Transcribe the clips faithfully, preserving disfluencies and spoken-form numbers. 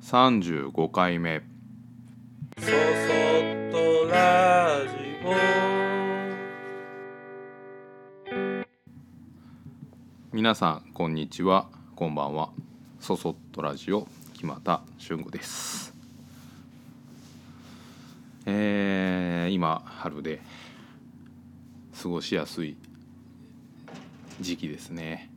さんじゅうごかいめ。 そそっとラジオ。 皆さんこんにちは、こんばんは。そそっとラジオ木俣俊吾です。えー、今春で過ごしやすい時期ですね。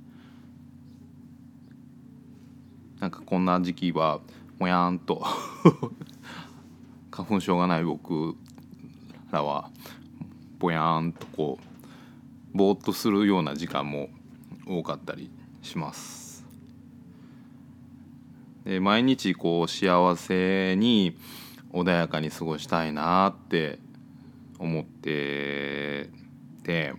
なんかこんな時期はもやーんと花粉症がない僕らはぼやーんとこうぼーっとするような時間も多かったりします。で毎日こう幸せに穏やかに過ごしたいなって思ってて、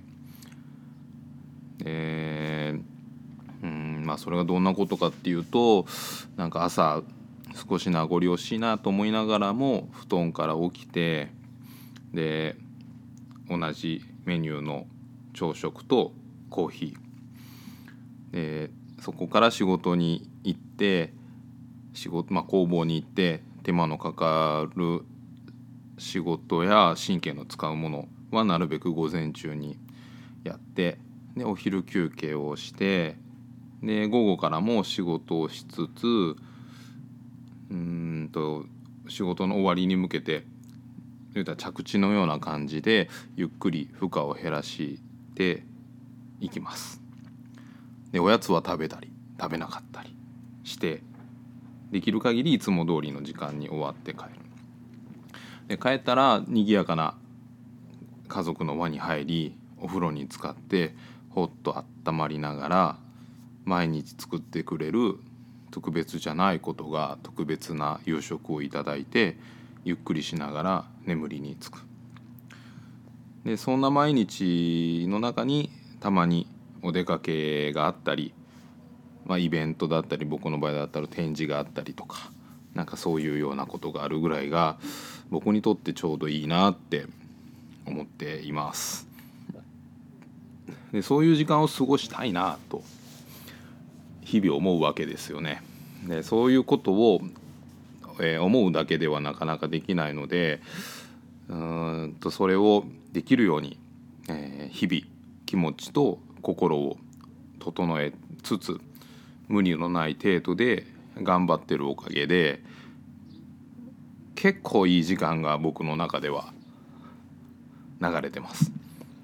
でうんまあそれがどんなことかっていうと、なんか朝少し名残惜しいなと思いながらも布団から起きて、で同じメニューの朝食とコーヒーで、そこから仕事に行って仕事、まあ、工房に行って手間のかかる仕事や神経の使うものはなるべく午前中にやって、でお昼休憩をして、で午後からも仕事をしつつ、うーんと仕事の終わりに向けて言うたら着地のような感じでゆっくり負荷を減らしていきます。でおやつは食べたり食べなかったりして、できる限りいつも通りの時間に終わって帰る。で帰ったら賑やかな家族の輪に入り、お風呂に浸かってほっと温まりながら、毎日作ってくれる特別じゃないことが特別な夕食をいただいて、ゆっくりしながら眠りにつく。でそんな毎日の中にたまにお出かけがあったり、まあ、イベントだったり、僕の場合だったら展示があったりとか、なんかそういうようなことがあるぐらいが僕にとってちょうどいいなって思っています。でそういう時間を過ごしたいなと日々思うわけですよね。でそういうことを、えー思うだけではなかなかできないので、うーんとそれをできるように、えー日々気持ちと心を整えつつ、無理のない程度で頑張ってるおかげで結構いい時間が僕の中では流れてます。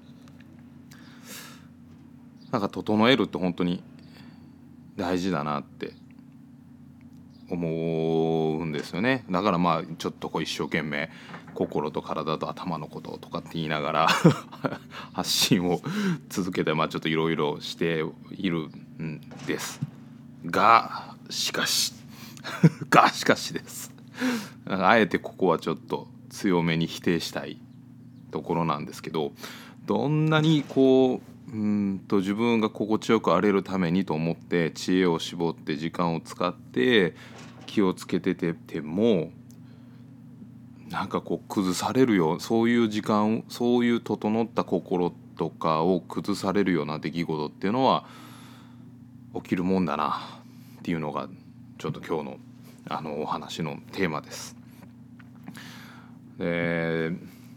なんか整えるって本当に大事だなって思うんですよね。だからまあちょっとこう一生懸命心と体と頭のこととかって言いながら発信を続けて、まあちょっといろいろしているんですが、しかしがしかしですなんかあえてここはちょっと強めに否定したいところなんですけど、どんなにこううーんと自分が心地よく荒れるためにと思って知恵を絞って時間を使って気をつけててても、なんかこう崩されるよ、そういう時間、そういう整った心とかを崩されるような出来事っていうのは起きるもんだなっていうのがちょっと今日のあのお話のテーマです。で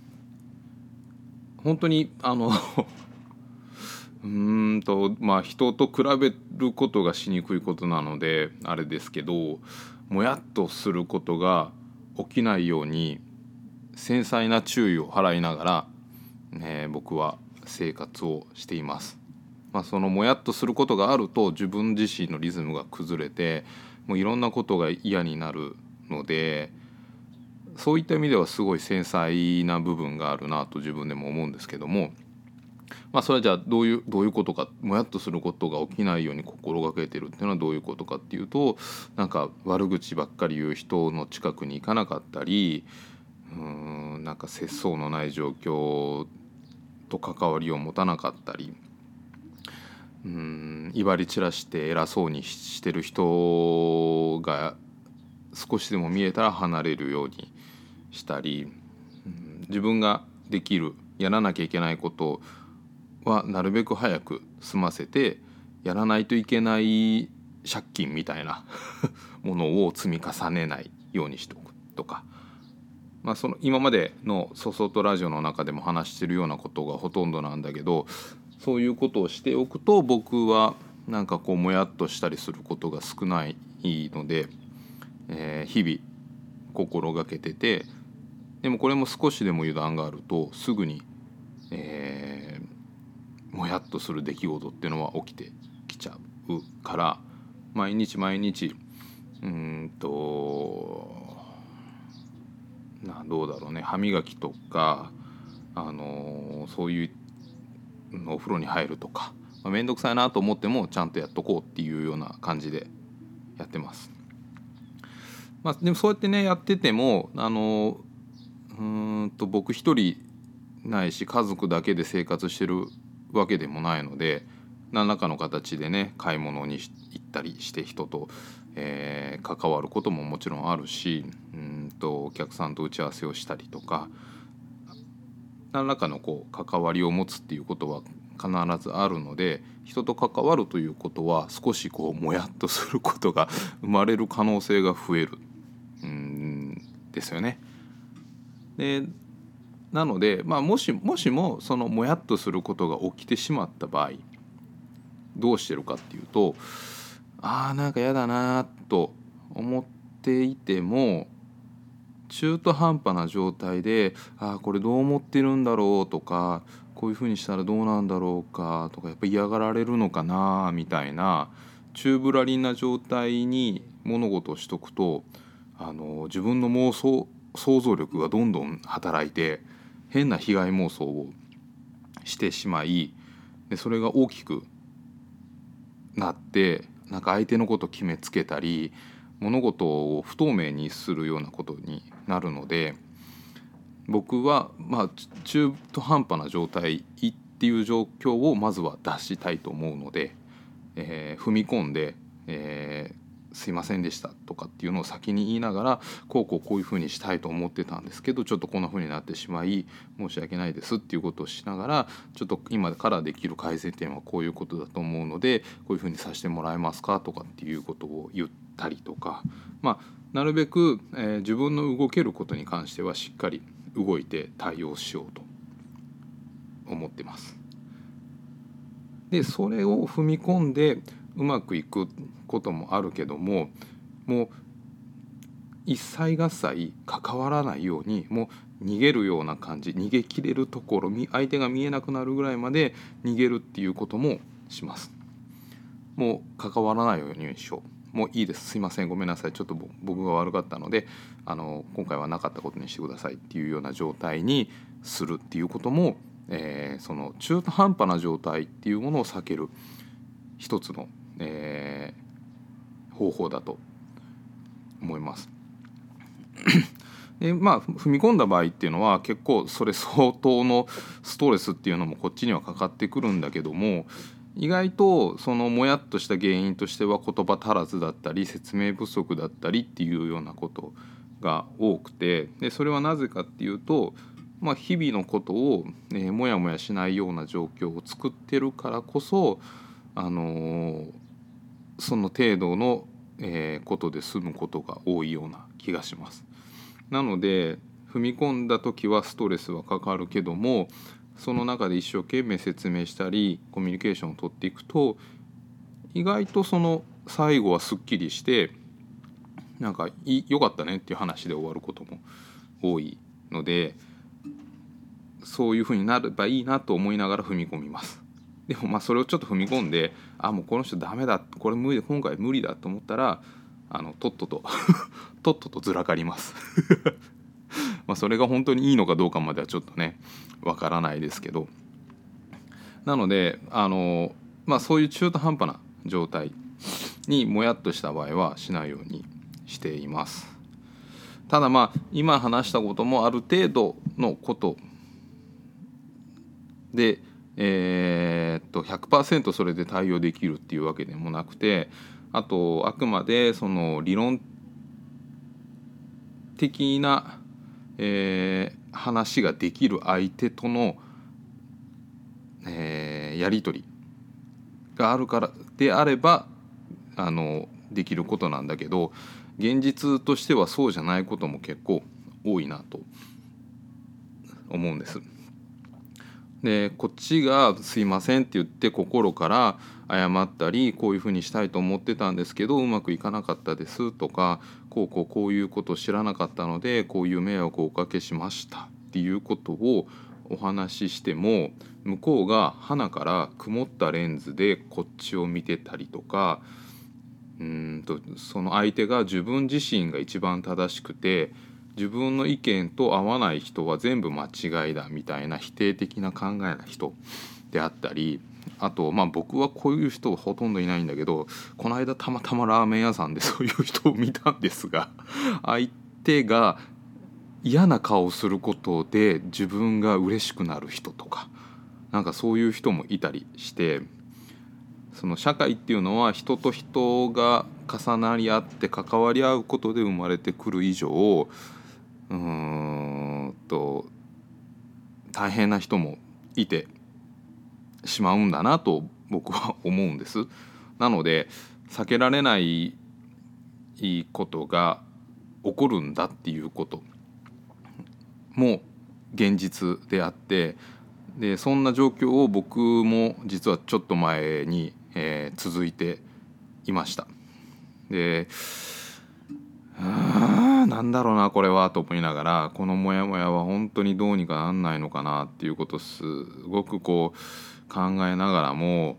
本当にあのうーんとまあ人と比べることがしにくいことなのであれですけど、もやっとすることが起きないように繊細な注意を払いながら、ね、僕は生活をしています。まあ、そのもやっとすることがあると自分自身のリズムが崩れて、もういろんなことが嫌になるので、そういった意味ではすごい繊細な部分があるなと自分でも思うんですけども、まあそれはじゃあどういうどういうことか、もやっとすることが起きないように心がけてるっていうのはどういうことかっていうと、なんか悪口ばっかり言う人の近くに行かなかったり、うーんなんか節操のない状況と関わりを持たなかったり、うーん威張り散らして偉そうにしてる人が少しでも見えたら離れるようにしたり、うん、自分ができるやらなきゃいけないことはなるべく早く済ませて、やらないといけない借金みたいなものを積み重ねないようにしておくとか、まあ、その今までのソソトラジオの中でも話してるようなことがほとんどなんだけど、そういうことをしておくと僕はなんかこうもやっとしたりすることが少ないので、えー、日々心がけてて、でもこれも少しでも油断があるとすぐに、えー、もやっとする出来事っていうのは起きてきちゃうから、毎日毎日うーんとなどうだろうね、歯磨きとか、あのー、そういうお風呂に入るとか、まあ、めんどくさいなと思ってもちゃんとやっとこうっていうような感じでやってます。まあ、でもそうやってねやってても、あのー、うーんと僕一人ないし家族だけで生活してるわけでもないので、何らかの形でね買い物に行ったりして人と、えー、関わることももちろんあるし、うんとお客さんと打ち合わせをしたりとか、何らかのこう関わりを持つっていうことは必ずあるので、人と関わるということは少しこうもやっとすることが生まれる可能性が増えるんですよね。でなので、まあ、もしもしもそのもやっとすることが起きてしまった場合どうしてるかっていうと、あーなんかやだなと思っていても中途半端な状態で、あーこれどう思ってるんだろうとか、こういうふうにしたらどうなんだろうかとか、やっぱ嫌がられるのかなみたいな宙ぶらりんな状態に物事をしとくと、あの自分の妄想想像力がどんどん働いて変な被害妄想をしてしまい、でそれが大きくなってなんか相手のことを決めつけたり物事を不透明にするようなことになるので、僕はまあ中途半端な状態っていう状況をまずは脱したいと思うので、えー、踏み込んで、えーすいませんでしたとかっていうのを先に言いながら、こうこうこういうふうにしたいと思ってたんですけどちょっとこんなふうになってしまい申し訳ないですっていうことをしながら、ちょっと今からできる改善点はこういうことだと思うのでこういうふうにさせてもらえますかとかっていうことを言ったりとか、まあなるべく、えー、自分の動けることに関してはしっかり動いて対応しようと思ってます。でそれを踏み込んでうまくいくこともあるけども、もう一切合切関わらないように、もう逃げるような感じ、逃げ切れるところ、相手が見えなくなるぐらいまで逃げるっていうこともします。もう関わらないようにしよう、もういいです、すいませんごめんなさい、ちょっと僕が悪かったのであの今回はなかったことにしてくださいっていうような状態にするっていうことも、えー、その中途半端な状態っていうものを避ける一つの、えー、方法だと思います。でまあ踏み込んだ場合っていうのは結構それ相当のストレスっていうのもこっちにはかかってくるんだけども、意外とそのもやっとした原因としては言葉足らずだったり説明不足だったりっていうようなことが多くて、でそれはなぜかっていうと、まあ、日々のことを、ね、もやもやしないような状況を作ってるからこそ、あのー、その程度の、えー、ことで済むことが多いような気がします。なので踏み込んだ時はストレスはかかるけども、その中で一生懸命説明したりコミュニケーションを取っていくと意外とその最後はすっきりしてなんか良かったねっていう話で終わることも多いので、そういう風になればいいなと思いながら踏み込みます。でもまあそれをちょっと踏み込んで、あもうこの人ダメだ、これ無理、今回無理だと思ったらあのとっとととっととずらかりますまあそれが本当にいいのかどうかまではちょっとねわからないですけど、なのであの、まあ、そういう中途半端な状態にもやっとした場合はしないようにしています。ただまあ今話したこともある程度のことで、えー、っと ひゃくパーセント それで対応できるっていうわけでもなくて、あとあくまでその理論的な、えー、話ができる相手との、えー、やり取りがあるからであればあのできることなんだけど、現実としてはそうじゃないことも結構多いなと思うんです。でこっちがすいませんって言って心から謝ったり、こういうふうにしたいと思ってたんですけどうまくいかなかったですとか、こうこうこういうことを知らなかったのでこういう迷惑をおかけしましたっていうことをお話ししても、向こうが鼻から曇ったレンズでこっちを見てたりとか、うーんとその相手が自分自身が一番正しくて自分の意見と合わない人は全部間違いだみたいな否定的な考えな人であったり、あとまあ僕はこういう人はほとんどいないんだけど、この間たまたまラーメン屋さんでそういう人を見たんですが、相手が嫌な顔をすることで自分が嬉しくなる人とか、なんかそういう人もいたりして、その社会っていうのは人と人が重なり合って関わり合うことで生まれてくる以上、うーんと大変な人もいてしまうんだなと僕は思うんです。なので避けられないことが起こるんだっていうことも現実であって、でそんな状況を僕も実はちょっと前に、えー、続いていました。であーなんだろうなこれはと思いながら、このモヤモヤは本当にどうにかなんないのかなっていうことをすごくこう考えながらも、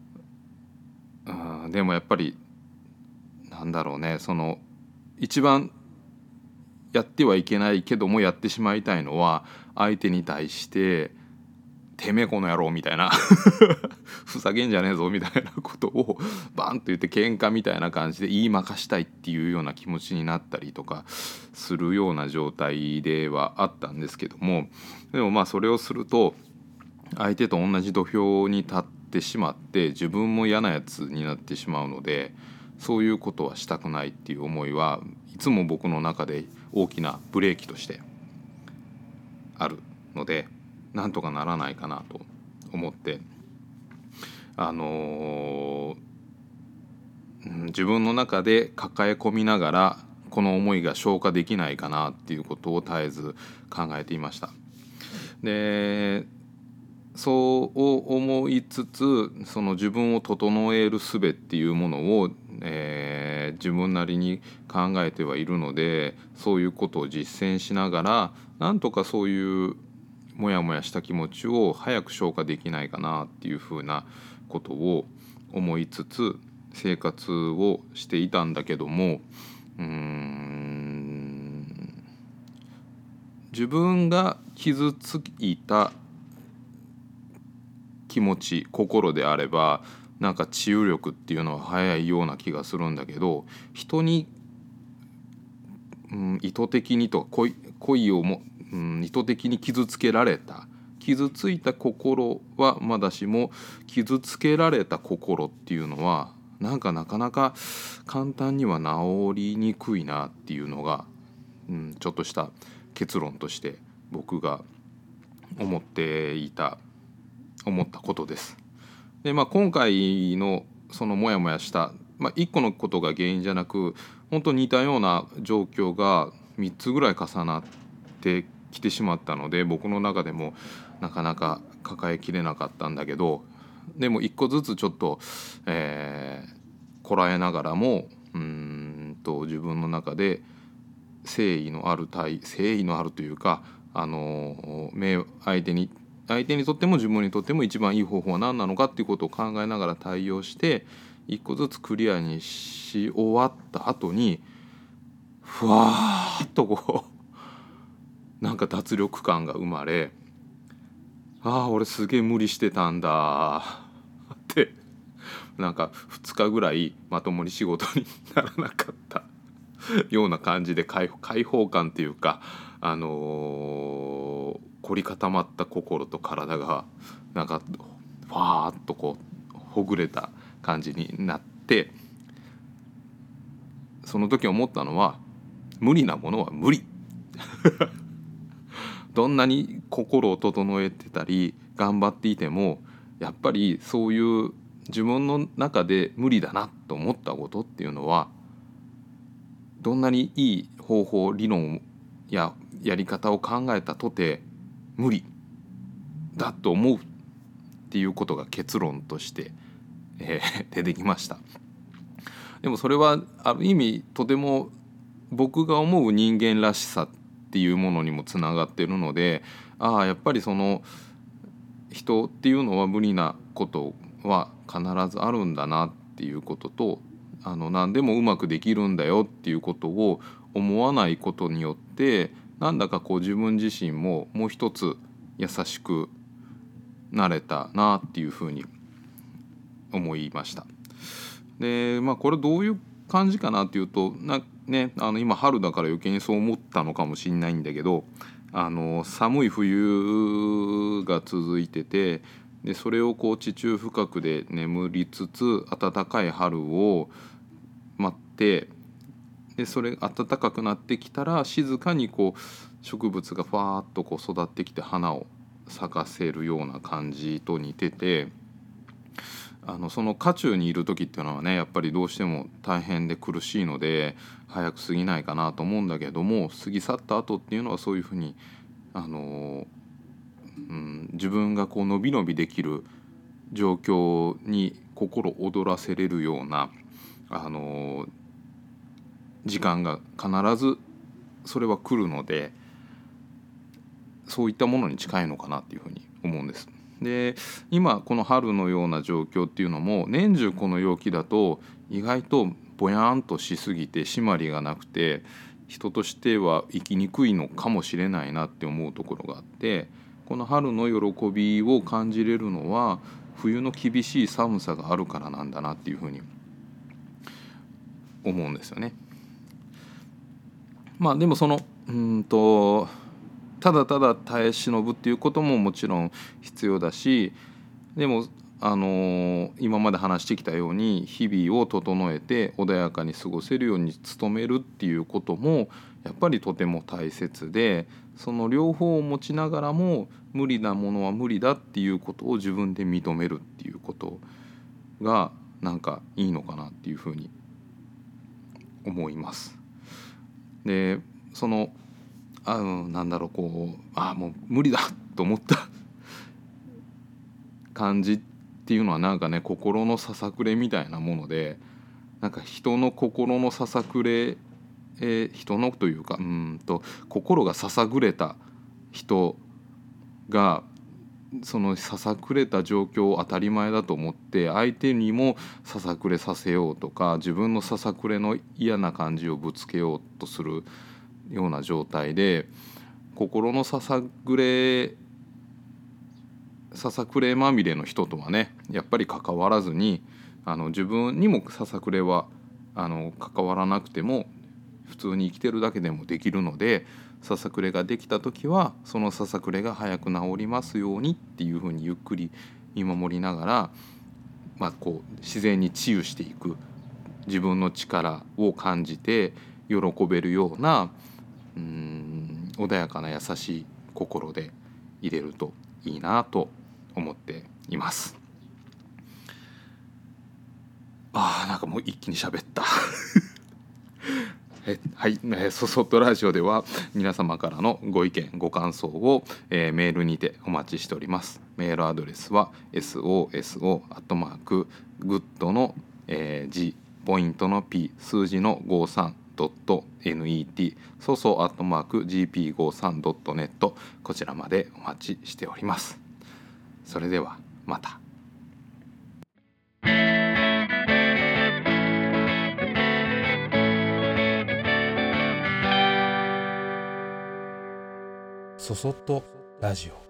うんでもやっぱりなんだろうね、その一番やってはいけないけどもやってしまいたいのは、相手に対しててめえこの野郎みたいなふざけんじゃねえぞみたいなことをバンと言って喧嘩みたいな感じで言いまかしたいっていうような気持ちになったりとかするような状態ではあったんですけども、でもまあそれをすると相手と同じ土俵に立ってしまって自分も嫌なやつになってしまうので、そういうことはしたくないっていう思いはいつも僕の中で大きなブレーキとしてあるので、なんとかならないかなと思って、あのー、自分の中で抱え込みながらこの思いが消化できないかなっていうことを絶えず考えていました。でそう思いつつ、その自分を整える術っていうものを、えー、自分なりに考えてはいるので、そういうことを実践しながらなんとかそういうモヤモヤした気持ちを早く消化できないかなっていうふうなことを思いつつ生活をしていたんだけども、うーん自分が傷ついた気持ち心であればなんか治癒力っていうのは早いような気がするんだけど、人に、うん、意図的にと恋、恋をも、うん、意図的に傷つけられた傷ついた心はまだしも傷つけられた心っていうのはなんかなかなか簡単には治りにくいなっていうのが、うん、ちょっとした結論として僕が思っていた思ったことです。で、まあ、今回のそのモヤモヤした、まあ、いっこのことが原因じゃなく本当に似たような状況がみっつぐらい重なってきてしまったので、僕の中でもなかなか抱えきれなかったんだけど、でもいっこずつちょっと、えー、こらえながらもうーんと自分の中で誠意のある対誠意のあるというか、あの相手に相手にとっても自分にとっても一番いい方法は何なのかっていうことを考えながら対応して一個ずつクリアにし終わった後にふわーっとこうなんか脱力感が生まれ、ああ俺すげえ無理してたんだってなんかふつかぐらいまともに仕事にならなかったような感じで解放、解放感っていうか、あのー、凝り固まった心と体がなんかファーッとこうほぐれた感じになって、その時思ったのは無理なものは無理どんなに心を整えてたり頑張っていてもやっぱりそういう自分の中で無理だなと思ったことっていうのは、どんなにいい方法理論ややり方を考えたとて無理だと思うっていうことが結論として、えー、出てきました。でもそれはある意味とても僕が思う人間らしさっていうものにもつながっているので、ああやっぱりその人っていうのは無理なことは必ずあるんだなっていうことと、あの何でもうまくできるんだよっていうことを思わないことによって、なんだかこう自分自身ももう一つ優しくなれたなっていうふうに思いました。でまあこれどういう感じかなっていうとな、ね、あの今春だから余計にそう思ったのかもしれないんだけど、あの寒い冬が続いてて、でそれをこう地中深くで眠りつつ暖かい春を待って、でそれ暖かくなってきたら静かにこう植物がファーッとこう育ってきて花を咲かせるような感じと似てて、あのその渦中にいる時っていうのはねやっぱりどうしても大変で苦しいので早く過ぎないかなと思うんだけども、過ぎ去った後っていうのはそういうふうにあの、うん、自分がこう伸び伸びできる状況に心躍らせれるようなあの時間が必ずそれは来るので、そういったものに近いのかなっていうふうに思うんです。で今この春のような状況っていうのも年中この陽気だと意外とぼやんとしすぎて締まりがなくて人としては生きにくいのかもしれないなって思うところがあって、この春の喜びを感じれるのは冬の厳しい寒さがあるからなんだなっていうふうに思うんですよね。まあでもそのうんとただただ耐え忍ぶっていうことももちろん必要だし、でもあのー、今まで話してきたように日々を整えて穏やかに過ごせるように努めるっていうこともやっぱりとても大切で、その両方を持ちながらも無理なものは無理だっていうことを自分で認めるっていうことがなんかいいのかなっていうふうに思います。でそのあのなんだろうこうあもう無理だと思った感じっていうのはなんかね心のささくれみたいなもので、なんか人の心のささくれ、えー、人のというかうんと心がささぐれた人がそのささくれた状況を当たり前だと思って相手にもささくれさせようとか自分のささくれの嫌な感じをぶつけようとするような状態で、心のささくれささくれまみれの人とはねやっぱり関わらずに、あの自分にもささくれはあの関わらなくても普通に生きてるだけでもできるので、ささくれができた時はそのささくれが早く治りますようにっていうふうにゆっくり見守りながら、まあ、こう自然に治癒していく自分の力を感じて喜べるようなうーん穏やかな優しい心でいれるといいなと思っています。あーなんかもう一気に喋ったえはい、えー、そそっとラジオでは皆様からのご意見ご感想を、えー、メールにてお待ちしております。メールアドレスは ソソ アットマーク グッドの、えー、G ポイントの P 数字の ごじゅうさんドットネット そそアットマーク ジーピーごじゅうさんドットネット こちらまでお待ちしております。それではまた。 そそっとラジオ。